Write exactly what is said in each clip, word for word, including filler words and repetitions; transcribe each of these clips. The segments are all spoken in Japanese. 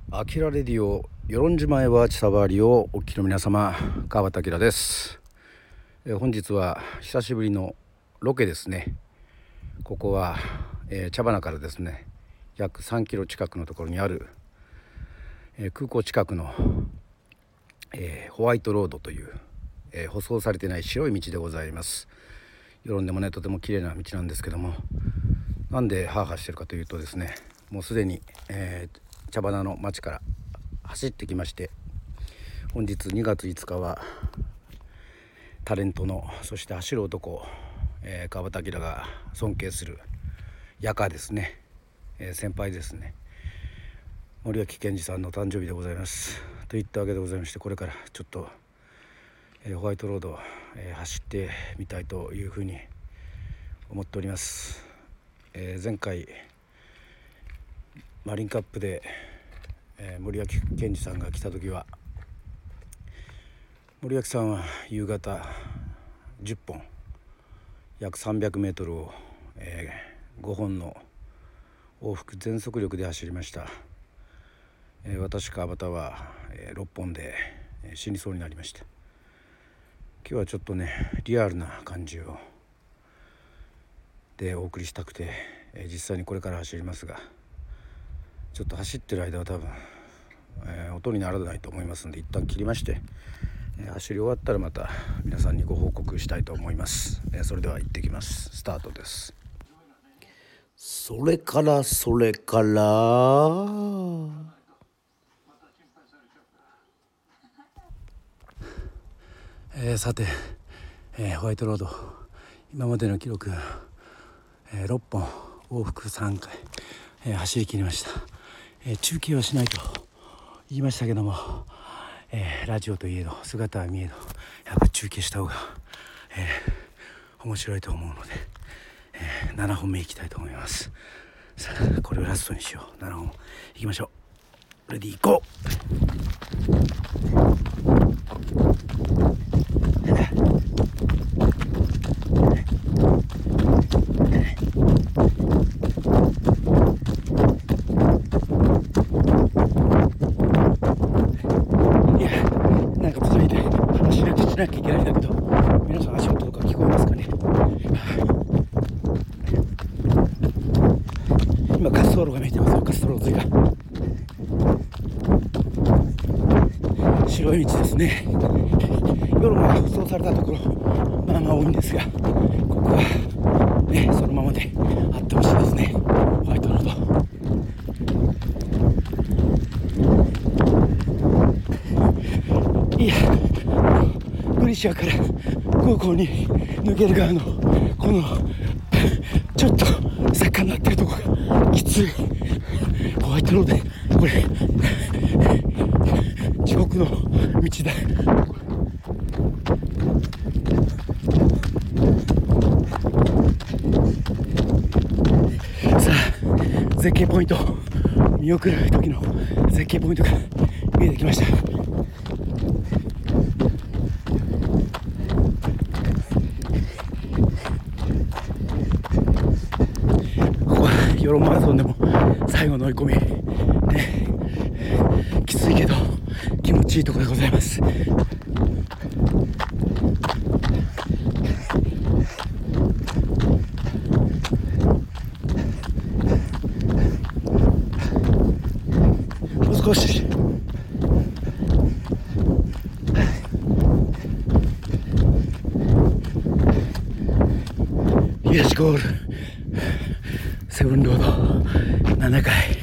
アキラレディオ与論島へは千さばりをお聞きの皆様、川端明です。えー本日は久しぶりのロケですね。ここは、えー茶花からですね約さんキロ近くのところにある、えー空港近くの、えーホワイトロードという、えー舗装されてない白い道でございます。与論でもねとても綺麗な道なんですけども、なんでハーハーしてるかというとですね、もうすでに、えー茶花の町から走ってきまして、本日にがついつかはタレントの、そして走る男、えー、川端明が尊敬するヤカですね、えー、先輩ですね、森脇健児さんの誕生日でございます。といったわけでございまして、これからちょっと、えーホワイトロード、えー走ってみたいというふうに思っております。えー前回マリンカップで、えー森脇健児さんが来た時は、森脇さんは夕方じゅっぽん約さんびゃくメートルを、えーごほんの往復全速力で走りました。えー私川端は、えーろっぽんで、えー死にそうになりました。今日はちょっとねリアルな感じをでお送りしたくて、えー実際にこれから走りますが、ちょっと走ってる間は多分、えー音にならないと思いますので、一旦切りまして、えー走り終わったらまた皆さんにご報告したいと思います。えーそれでは行ってきます。スタートです。それからそれからえーさて、えーホワイトロード今までの記録、えーろっぽん往復さんかい、えー走り切りました。えー中継はしないと言いましたけども、えーラジオといえど姿は見えどやっぱり中継した方が、えー面白いと思うので、えーななほんめいきたいと思います。さあこれをラストにしよう。ななほんいきましょう。レディーゴー。いやなんか続いて話しなきゃしなきゃいけないんだけど、皆さん足音とか聞こえますかね。今滑走路が見えてますよ。滑走路沿いが白い道ですね。夜も舗装されたところまあまあ多いんですが、ここはねそのままであってほしいですね。ホワイトロード。いやグリシアから高校に抜ける側のこのちょっと坂になってるとこがきつい。ホワイトロードでこれ地獄の道だ。さあ絶景ポイント、見送る時の絶景ポイントが見えてきました。ここはヨロマラソンでも最後の追い込み、ね、きついけど気持ちいいところでございます。もう少し。東ゴールセブンロードななかい、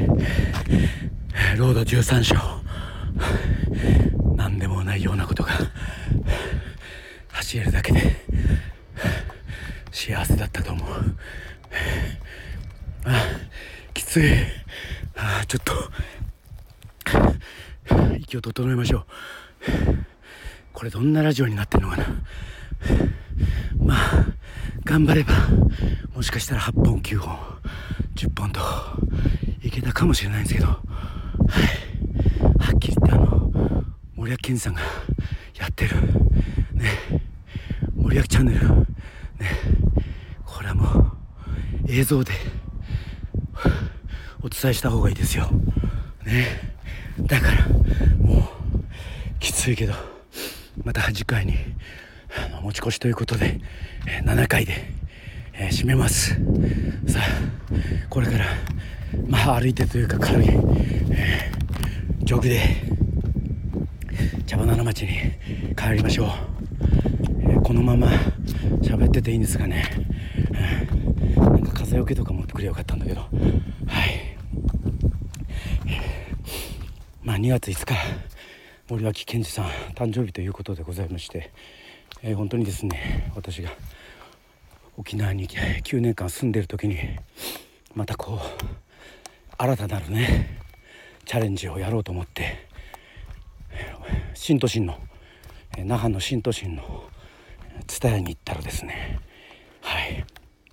ロードじゅうさんしょう、なんでもないようなことが走れるだけで幸せだったと思う。あきつい。あちょっと息を整えましょう。これどんなラジオになってるのかな。まあ頑張ればもしかしたらはっぽんきゅうほんじゅっぽんといけたかもしれないんですけど、はい、はっきり言ってあの森脇健児さんがやってるね森脇チャンネルね、これはもう映像でお伝えした方がいいですよ。 ね、だからもうきついけどまた次回に持ち越しということでななかいで、えー、締めます。さあこれからまあ歩いてというか軽い、えー、ジョグで茶花町に帰りましょう。えー、このまま喋ってていいんですがね、えー、なんか風よけとか持ってくればよかったんだけど、はい、えー、まあにがついつか森脇健児さん誕生日ということでございまして、えー、本当にですね私が沖縄にきゅうねんかん住んでいる時にまたこう新たなるねチャレンジをやろうと思って新都心の那覇の新都心の蔦屋に行ったらですね、はい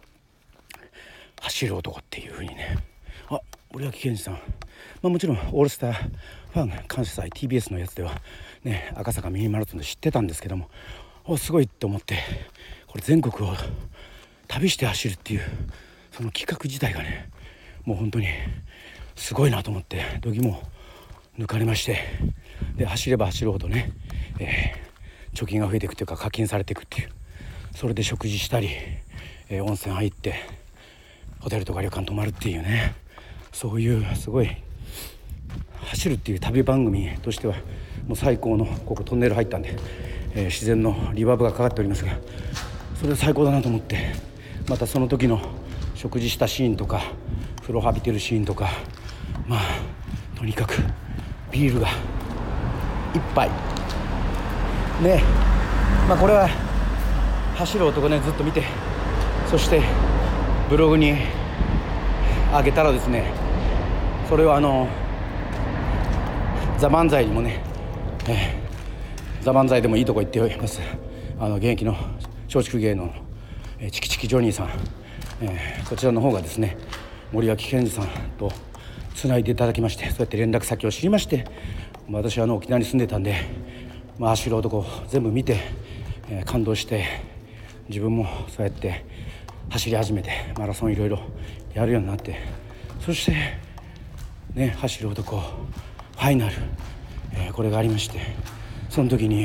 走る男っていう風にね、あ森脇健児さん、まあ、もちろんオールスターファン感謝祭 ティービーエス のやつではね赤坂ミニマラソンで知ってたんですけども、おすごいって思ってこれ全国を旅して走るっていうその企画自体がねもう本当にすごいなと思って度肝を抜かれまして、で走れば走るほどね、えー、貯金が増えていくというか課金されていくっていう、それで食事したり、えー、温泉入ってホテルとか旅館泊まるっていうね、そういうすごい走るっていう旅番組としてはもう最高の、ここトンネル入ったんで、えー、自然のリバーブがかかっておりますが、それは最高だなと思って、またその時の食事したシーンとか風呂浴びてるシーンとか、まあとにかくビールが一杯ね、まあこれは走る男ねずっと見て、そしてブログに上げたらですね、それはあのザ・漫才にもね、えー、ザ・漫才でもいいとこ行っております、あの現役の松竹芸能の、えー、チキチキジョニーさん、えー、こちらの方がですね森脇健児さんとつないでいただきまして、そうやって連絡先を知りまして、私はあの沖縄に住んでたんで、まあ、走る男を全部見て、えー、感動して、自分もそうやって走り始めてマラソンいろいろやるようになって、そしてね走る男ファイナル、えー、これがありまして、その時に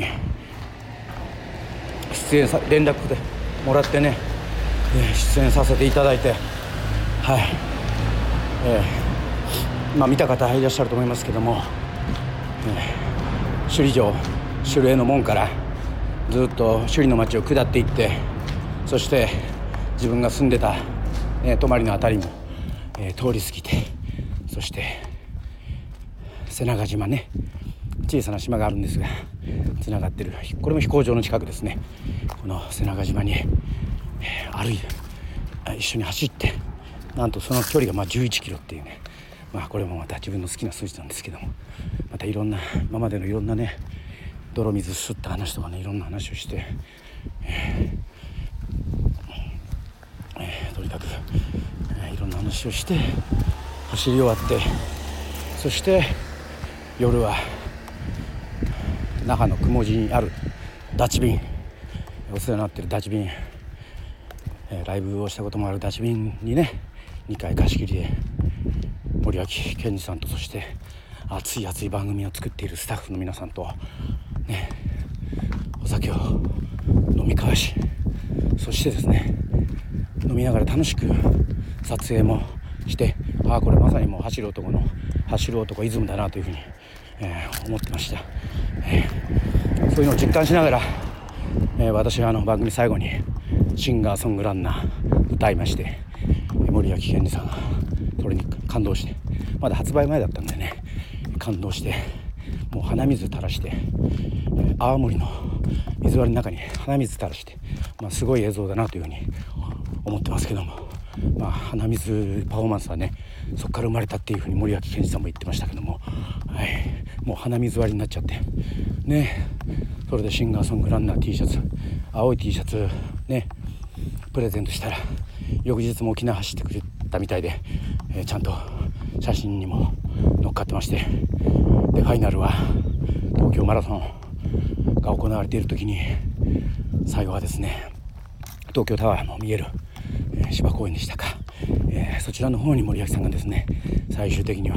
出演さ連絡でもらってね、えー、出演させていただいて、はい、えー、まあ見た方いらっしゃると思いますけども、えー、首里城首里への門からずっと首里の町を下っていって、そして自分が住んでた、えー、泊まりのあたりも、えー、通り過ぎて、そして瀬長島ね、小さな島があるんですがつながってる、これも飛行場の近くですね。この瀬長島に、えー、歩いて一緒に走って、なんとその距離がまあじゅういちキロっていうね、まあこれもまた自分の好きな数字なんですけども、またいろんな今までのいろんなね泥水吸った話とかね、いろんな話をして、えーえー、とにかく、えー、いろんな話をして走り終わって、そして夜は那覇の雲寺にあるダチ便、お世話になってるダチ便、えー、ライブをしたこともあるダチ便にねにかい貸し切りで森脇健児さんと、そして熱い熱い番組を作っているスタッフの皆さんとねお酒を飲み交わし、そしてですね飲みながら楽しく撮影もして、ああこれまさにもう走る男の走る男イズムだなというふうに、えー、思ってました、えー、そういうのを実感しながら、えー、私はあの番組最後にシンガーソングランナー歌いまして、森脇健児さんがそれに感動して、まだ発売前だったんでね感動して、もう鼻水垂らして、えー、青森の水割りの中に鼻水垂らして、まあ、すごい映像だなというふうに思ってますけども、まあ、鼻水パフォーマンスはねそこから生まれたっていうふうに森脇健児さんも言ってましたけども、はい、もう鼻水割りになっちゃってね、それでシンガーソングランナー T シャツ、青い T シャツねプレゼントしたら、翌日も沖縄走ってくれたみたいで、えー、ちゃんと写真にも載っかってまして、でファイナルは東京マラソンが行われている時に、最後はですね東京タワーも見える、えー、芝公園でしたか、えー、そちらの方に森脇さんがですね最終的には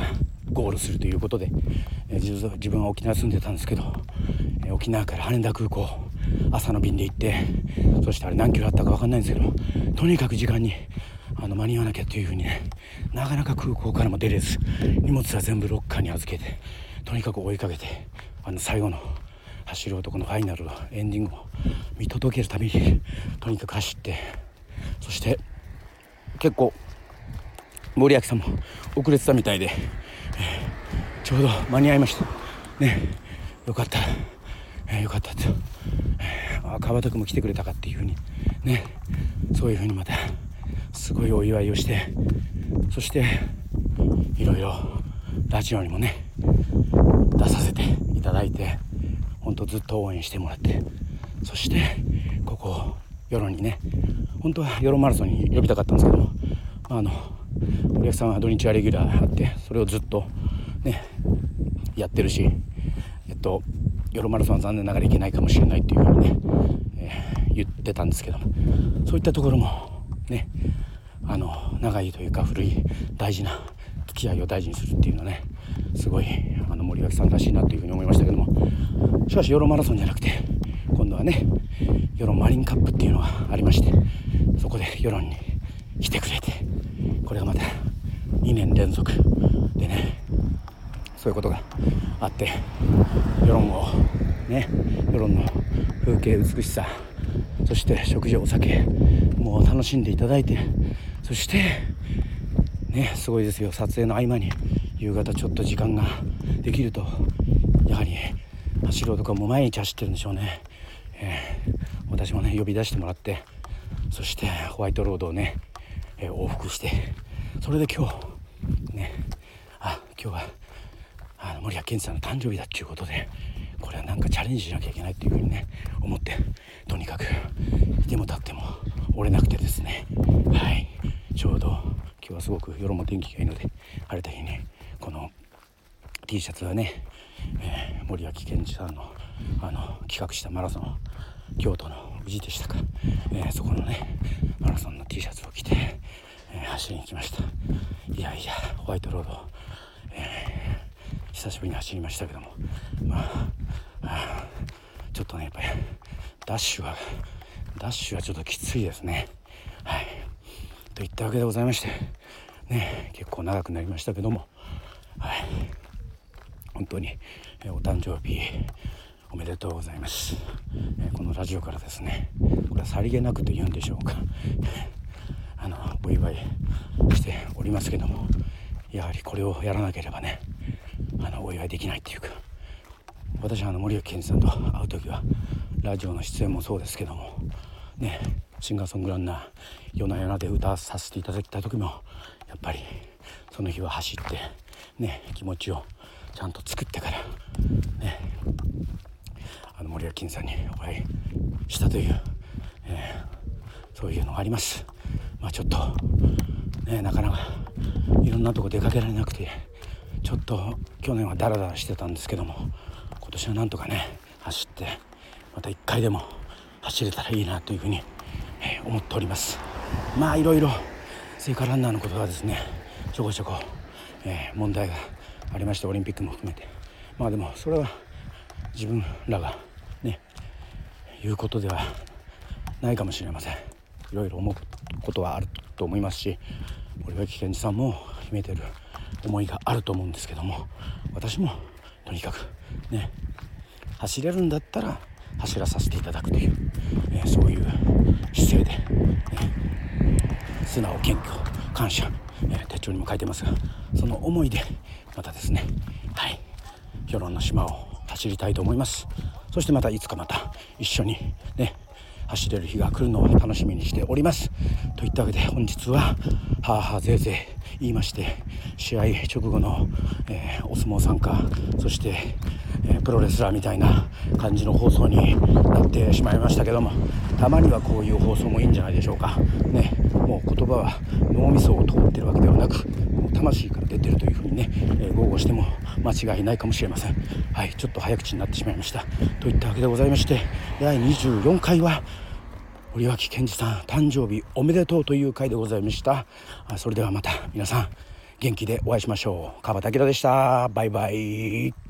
ゴールするということで、えー、自, 自分は沖縄住んでたんですけど、えー、沖縄から羽田空港朝の便で行って、そしてあれ何キロあったか分かんないんですけど、とにかく時間にあの間に合わなきゃというふうにね、なかなか空港からも出れず、荷物は全部ロッカーに預けて、とにかく追いかけて、あの最後の走る男のファイナルのエンディングを見届けるためにとにかく走って、そして結構森脇さんも遅れてたみたいで、えー、ちょうど間に合いましたね。よかった、えー、よかったと、えー、川端君も来てくれたかっていうふうにね、そういうふうにまたすごいお祝いをして、そしていろいろラジオにもね出させていただいて、本当ずっと応援してもらって、そしてここ世論にね、本当は世論マラソンに呼びたかったんですけども、まあ、あの森脇さんは土日はレギュラーあって、それをずっとねやってるし、えっと世論マラソンは残念ながらいけないかもしれないっていうふうにね、えー、言ってたんですけども、そういったところもね、あの長いというか古い大事な付き合いを大事にするっていうのはね、すごいあの森脇さんらしいなというふうに思いましたけども、しかし世論マラソンじゃなくて今度はね世論マリンカップっていうのがありまして、そこで世論に来てくれて、これがまたにねん連続でね、そういうことがあって、世論をね、世論の風景美しさ、そして食事お酒もう楽しんでいただいて、そしてね、すごいですよ、撮影の合間に夕方ちょっと時間ができると、やはり走ろうとかも毎日走ってるんでしょうね、えー、私もね呼び出してもらって、そしてホワイトロードをね、えー、往復して、それで今日ね、あ今日はあの森脇健児さんの誕生日だっていうことで、これはなんかチャレンジしなきゃいけないっていうふうにね思って、とにかくいても立っても折れなくてですね、はい、ちょうど今日はすごく夜も天気がいいので、晴れた日にこの T シャツはね、えー、森脇健児さんのあの企画したマラソン、京都の宇治でしたか、えー、そこのねマラソンの T シャツを着て、えー、走りに来ました。いやいやホワイトロード、えー、久しぶりに走りましたけども、まあ、あちょっとねやっぱりダッシュはダッシュはちょっときついですね。はい、といったわけでございましてね、結構長くなりましたけども、はい、本当に、えー、お誕生日おめでとうございます、えー、このラジオからですね、これはさりげなくと言うんでしょうかあのお祝いしておりますけども、やはりこれをやらなければねあのお祝いできないっていうか、私はあの森脇健児さんと会う時はラジオの出演もそうですけどもね、シンガーソングランナー夜な夜なで歌わさせていただいた時もやっぱりその日は走ってね、気持ちをちゃんと作ってからね、あの森脇健児さんにお会いしたという、えー、そういうのがあります。まあちょっとね、なかなかいろんなとこ出かけられなくて、ちょっと去年はダラダラしてたんですけども、今年はなんとかね走ってまたいっかいでも走れたらいいなというふうに、えー、思っております。まあいろいろ聖火ランナーのことはですねちょこちょこ、えー、問題がありまして、オリンピックも含めて、まあでもそれは自分らがね言うことではないかもしれません。いろいろ思うことはあると思いますし、森脇健児さんも秘めてる思いがあると思うんですけども、私もとにかくね走れるんだったら走らさせていただくという、えー、そういう姿勢で、ね、素直謙虚感謝、えー、手帳にも書いてますが、その思いでまたですね、はい世論の島を走りたいと思います。そしてまたいつかまた一緒にね走れる日が来るのを楽しみにしております。といったわけで本日ははあはあぜいぜい言いまして、試合直後の、えー、お相撲参加、そして、えー、プロレスラーみたいな感じの放送になってしまいましたけども、たまにはこういう放送もいいんじゃないでしょうかね。もう言葉は脳みそを通ってるわけではなく、もう魂から出てるというふうにね、えー、豪語しても間違いないかもしれません。はい、ちょっと早口になってしまいました。といったわけでございまして、だいにじゅうよんかいは森脇健児さん誕生日おめでとうという回でございました。それではまた皆さん元気でお会いしましょう。川端明でした。バイバイ。